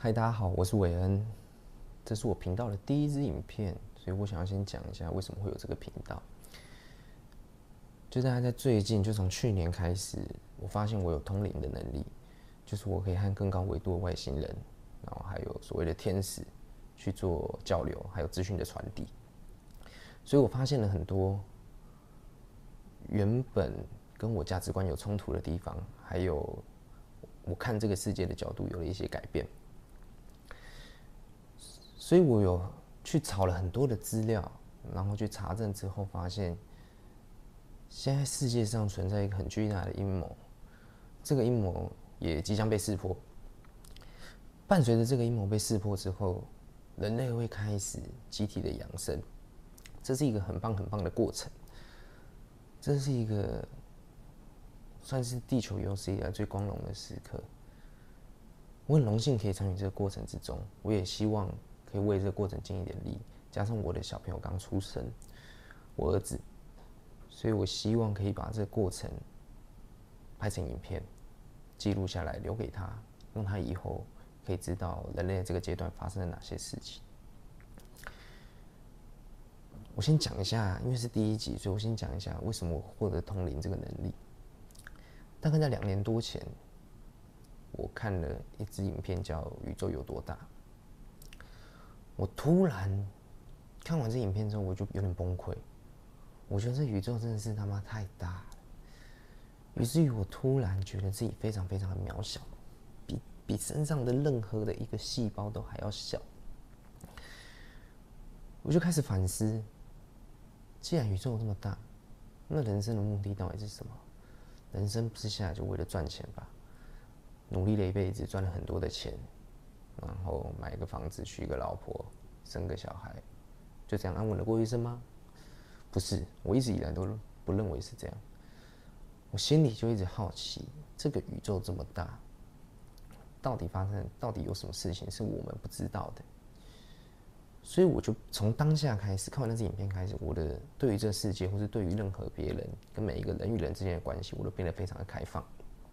嗨，大家好，我是韦恩，这是我频道的第一支影片，所以我想要先讲一下为什么会有这个频道。就大概在最近，就从去年开始，我发现我有通灵的能力，就是我可以和更高维度的外星人，然后还有所谓的天使去做交流，还有资讯的传递。所以我发现了很多原本跟我价值观有冲突的地方，还有我看这个世界的角度有了一些改变。所以我有去找了很多的资料，然后去查证之后，发现现在世界上存在一个很巨大的阴谋，这个阴谋也即将被识破。伴随着这个阴谋被识破之后，人类会开始集体的扬升，这是一个很棒很棒的过程。这是一个算是地球有史以来最光荣的时刻。我很荣幸可以参与这个过程之中，我也希望可以为这个过程尽一点力。加上我的小朋友刚出生，我儿子，所以我希望可以把这个过程拍成影片，记录下来，留给他，让他以后可以知道人类这个阶段发生了哪些事情。我先讲一下，因为是第一集，所以我先讲一下为什么我获得通灵这个能力。大概在2年多前，我看了一支影片叫《宇宙有多大》。我突然看完这影片之后，我就有点崩溃。我觉得这宇宙真的是他妈太大了，以至于我突然觉得自己非常非常的渺小，比身上的任何的一个细胞都还要小。我就开始反思，既然宇宙这么大，那人生的目的到底是什么？人生不是下来就为了赚钱吧？努力了一辈子，赚了很多的钱，然后买一个房子，娶一个老婆，生个小孩，就这样安稳的过一生吗？不是，我一直以来都不认为是这样。我心里就一直好奇，这个宇宙这么大，到底有什么事情是我们不知道的？所以我就从当下开始，看完那支影片开始，我的对于这个世界，或是对于任何别人跟每一个人与人之间的关系，我都变得非常的开放。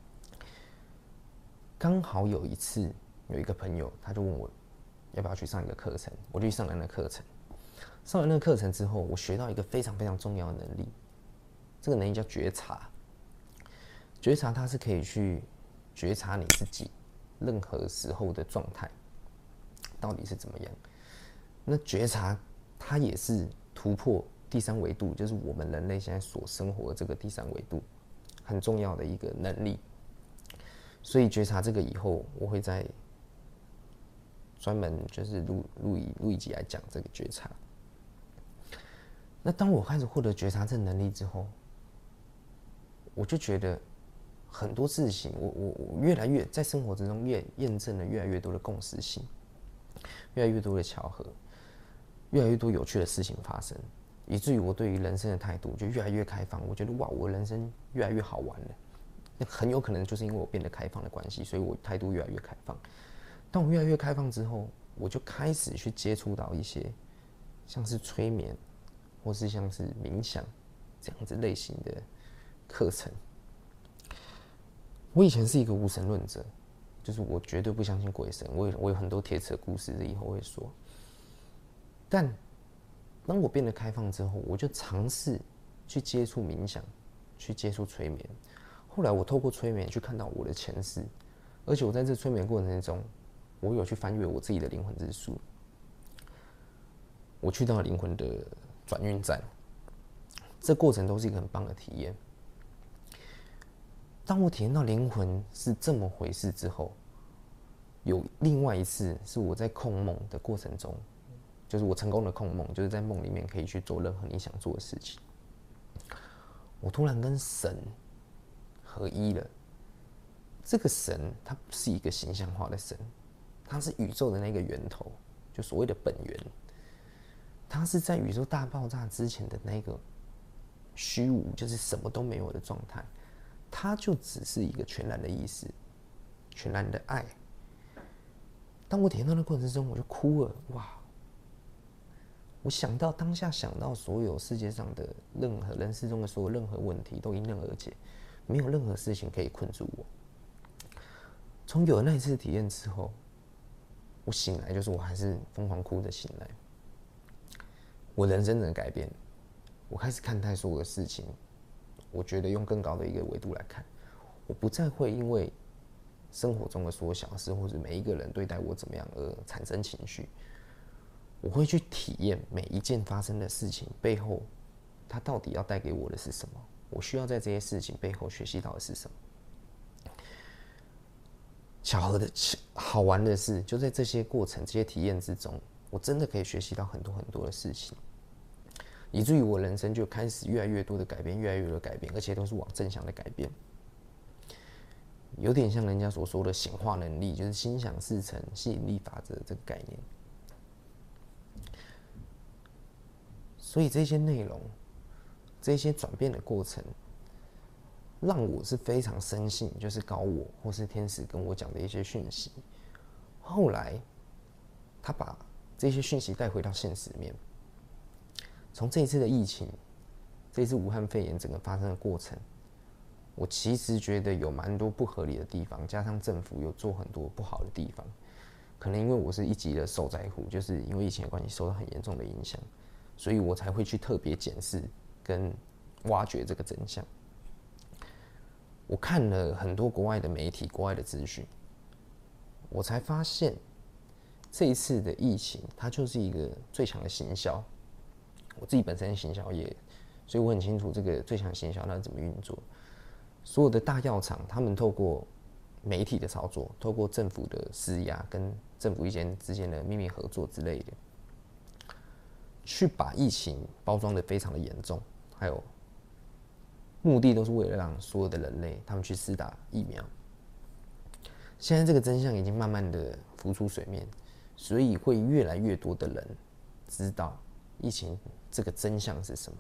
刚好有一次，有一个朋友，他就问我要不要去上一个课程，我就去上了那个课程。上完那个课程之后，我学到一个非常非常重要的能力，这个能力叫觉察。觉察它是可以去觉察你自己任何时候的状态到底是怎么样。那觉察它也是突破第3维度，就是我们人类现在所生活的这个第3维度很重要的一个能力。所以觉察这个以后，我会在专门就是录一集来讲这个觉察。那当我开始获得觉察这能力之后，我就觉得很多事情，我越来越在生活之中验证了越来越多的共识性，越来越多的巧合，越来越多有趣的事情发生，以至于我对于人生的态度就越来越开放。我觉得哇，我人生越来越好玩了。那很有可能就是因为我变得开放的关系，所以我态度越来越开放。当我越来越开放之后，我就开始去接触到一些像是催眠，或是像是冥想这样子类型的课程。我以前是一个无神论者，就是我绝对不相信鬼神，我有很多铁齿的故事，以后会说。但当我变得开放之后，我就尝试去接触冥想，去接触催眠。后来我透过催眠去看到我的前世，而且我在这催眠过程中，我有去翻阅我自己的灵魂之书。我去到灵魂的转运站，这过程都是一个很棒的体验。当我体验到灵魂是这么回事之后，有另外一次是我在控梦的过程中，就是我成功的控梦，就是在梦里面可以去做任何你想做的事情。我突然跟神合一了。这个神它不是一个形象化的神，它是宇宙的那个源头，就所谓的本源。它是在宇宙大爆炸之前的那个虚无，就是什么都没有的状态。它就只是一个全然的意识，全然的爱。当我体验到那过程中，我就哭了。哇！我当下想到所有世界上的任何人世中的所有任何问题都迎刃而解，没有任何事情可以困住我。从有了那一次体验之后， 我醒来就是我还是疯狂哭着醒来。我人生的改变，我开始看待所有的事情，我觉得用更高的一个维度来看，我不再会因为生活中的所有小事，或者每一个人对待我怎么样而产生情绪。我会去体验每一件发生的事情背后，它到底要带给我的是什么？我需要在这些事情背后学习到的是什么？好玩的是，就在这些过程、这些体验之中，我真的可以学习到很多很多的事情，以至于我人生就开始越来越多的改变，越来越多的改变，而且都是往正向的改变。有点像人家所说的显化能力，就是心想事成、吸引力法则这个概念。所以这些内容、这些转变的过程，让我是非常深信，就是高我或是天使跟我讲的一些讯息。后来，他把这些讯息带回到现实面。从这一次的疫情，这一次武汉肺炎整个发生的过程，我其实觉得有蛮多不合理的地方，加上政府有做很多不好的地方。可能因为我是一级的受灾户，就是因为疫情的关系受到很严重的影响，所以我才会去特别检视跟挖掘这个真相。我看了很多国外的媒体、国外的资讯，我才发现这一次的疫情，它就是一个最强的行销。我自己本身是行销业，所以我很清楚这个最强行销它是怎么运作。所有的大药厂，他们透过媒体的操作，透过政府的施压，跟政府之间的秘密合作之类的，去把疫情包装的非常的严重，还有目的都是为了让所有的人类他们去施打疫苗。现在这个真相已经慢慢的浮出水面，所以会越来越多的人知道疫情这个真相是什么。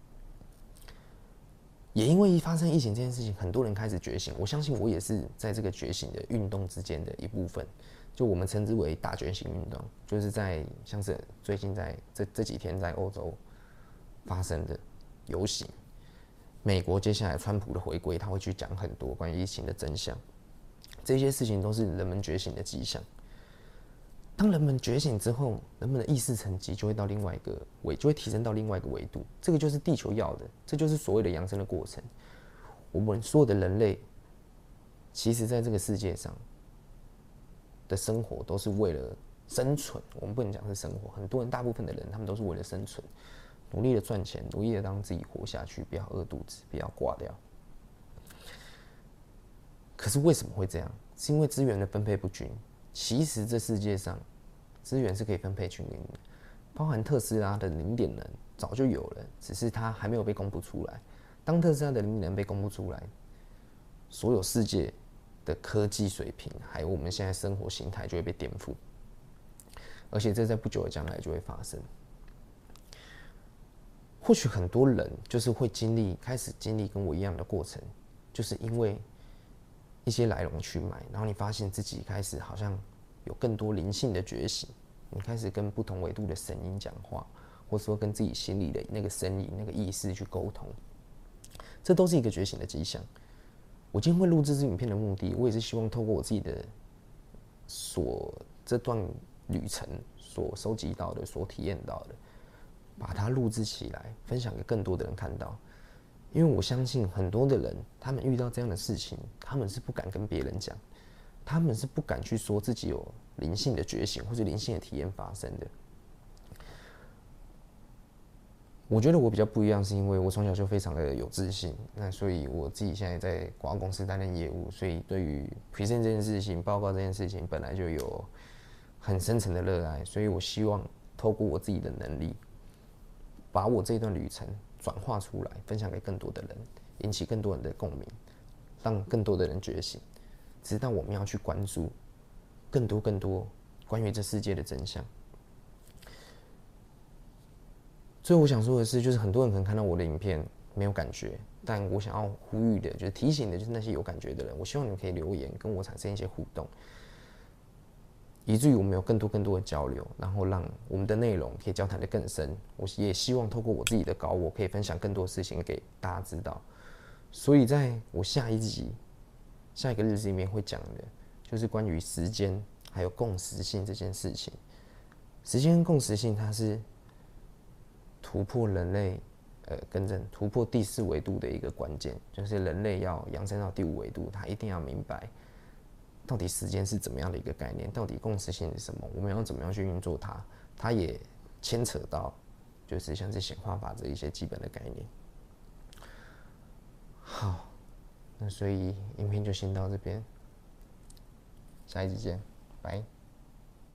也因为发生疫情这件事情，很多人开始觉醒。我相信我也是在这个觉醒的运动之间的一部分，就我们称之为大觉醒运动，就是像是最近在这几天在欧洲发生的游行。美国接下来川普的回归，他会去讲很多关于疫情的真相，这些事情都是人们觉醒的迹象。当人们觉醒之后，人们的意识层级就会到另外一个就会提升到另外一个维度。这个就是地球要的，这就是所谓的扬升的过程。我们所有的人类，其实在这个世界上的生活都是为了生存。我们不能讲是生活，很多人，大部分的人，他们都是为了生存，努力的赚钱，努力的让自己活下去，不要饿肚子，不要挂掉。可是为什么会这样？是因为资源的分配不均。其实这世界上资源是可以分配均匀的，包含特斯拉的零点能早就有了，只是它还没有被公布出来。当特斯拉的零点能被公布出来，所有世界的科技水平，还有我们现在生活形态就会被颠覆，而且这在不久的将来就会发生。或许很多人就是会开始经历跟我一样的过程，就是因为一些来龙去脉，然后你发现自己开始好像有更多灵性的觉醒，你开始跟不同维度的声音讲话，或者说跟自己心里的那个声音、那个意识去沟通，这都是一个觉醒的迹象。我今天会录制这影片的目的，我也是希望透过我自己的这段旅程所收集到的、所体验到的，把它录制起来，分享给更多的人看到。因为我相信很多的人，他们遇到这样的事情，他们是不敢跟别人讲，他们是不敢去说自己有灵性的觉醒或者灵性的体验发生的。我觉得我比较不一样，是因为我从小就非常的有自信，那所以我自己现在在广告公司担任业务，所以对于 present 这件事情、报告这件事情，本来就有很深层的热爱，所以我希望透过我自己的能力，把我这段旅程转化出来，分享给更多的人，引起更多人的共鸣，让更多的人觉醒，直到我们要去关注更多关于这世界的真相。所以我想说的是，就是很多人可能看到我的影片没有感觉，但我想要呼吁的，就是提醒的，就是那些有感觉的人，我希望你们可以留言跟我产生一些互动，以至于我们有更多的交流，然后让我们的内容可以交谈得更深。我也希望透过我自己的高我，可以分享更多事情给大家知道。所以在我下一个日子里面会讲的，就是关于时间还有共识性这件事情。时间跟共识性，它是突破人类，突破第4维度的一个关键，就是人类要扬升到第5维度，他一定要明白到底时间是怎么样的一个概念，到底共识性是什么，我们要怎么样去运作它。它也牵扯到，就是像是显化法则一些基本的概念。好，那所以影片就先到这边，下一集见，拜。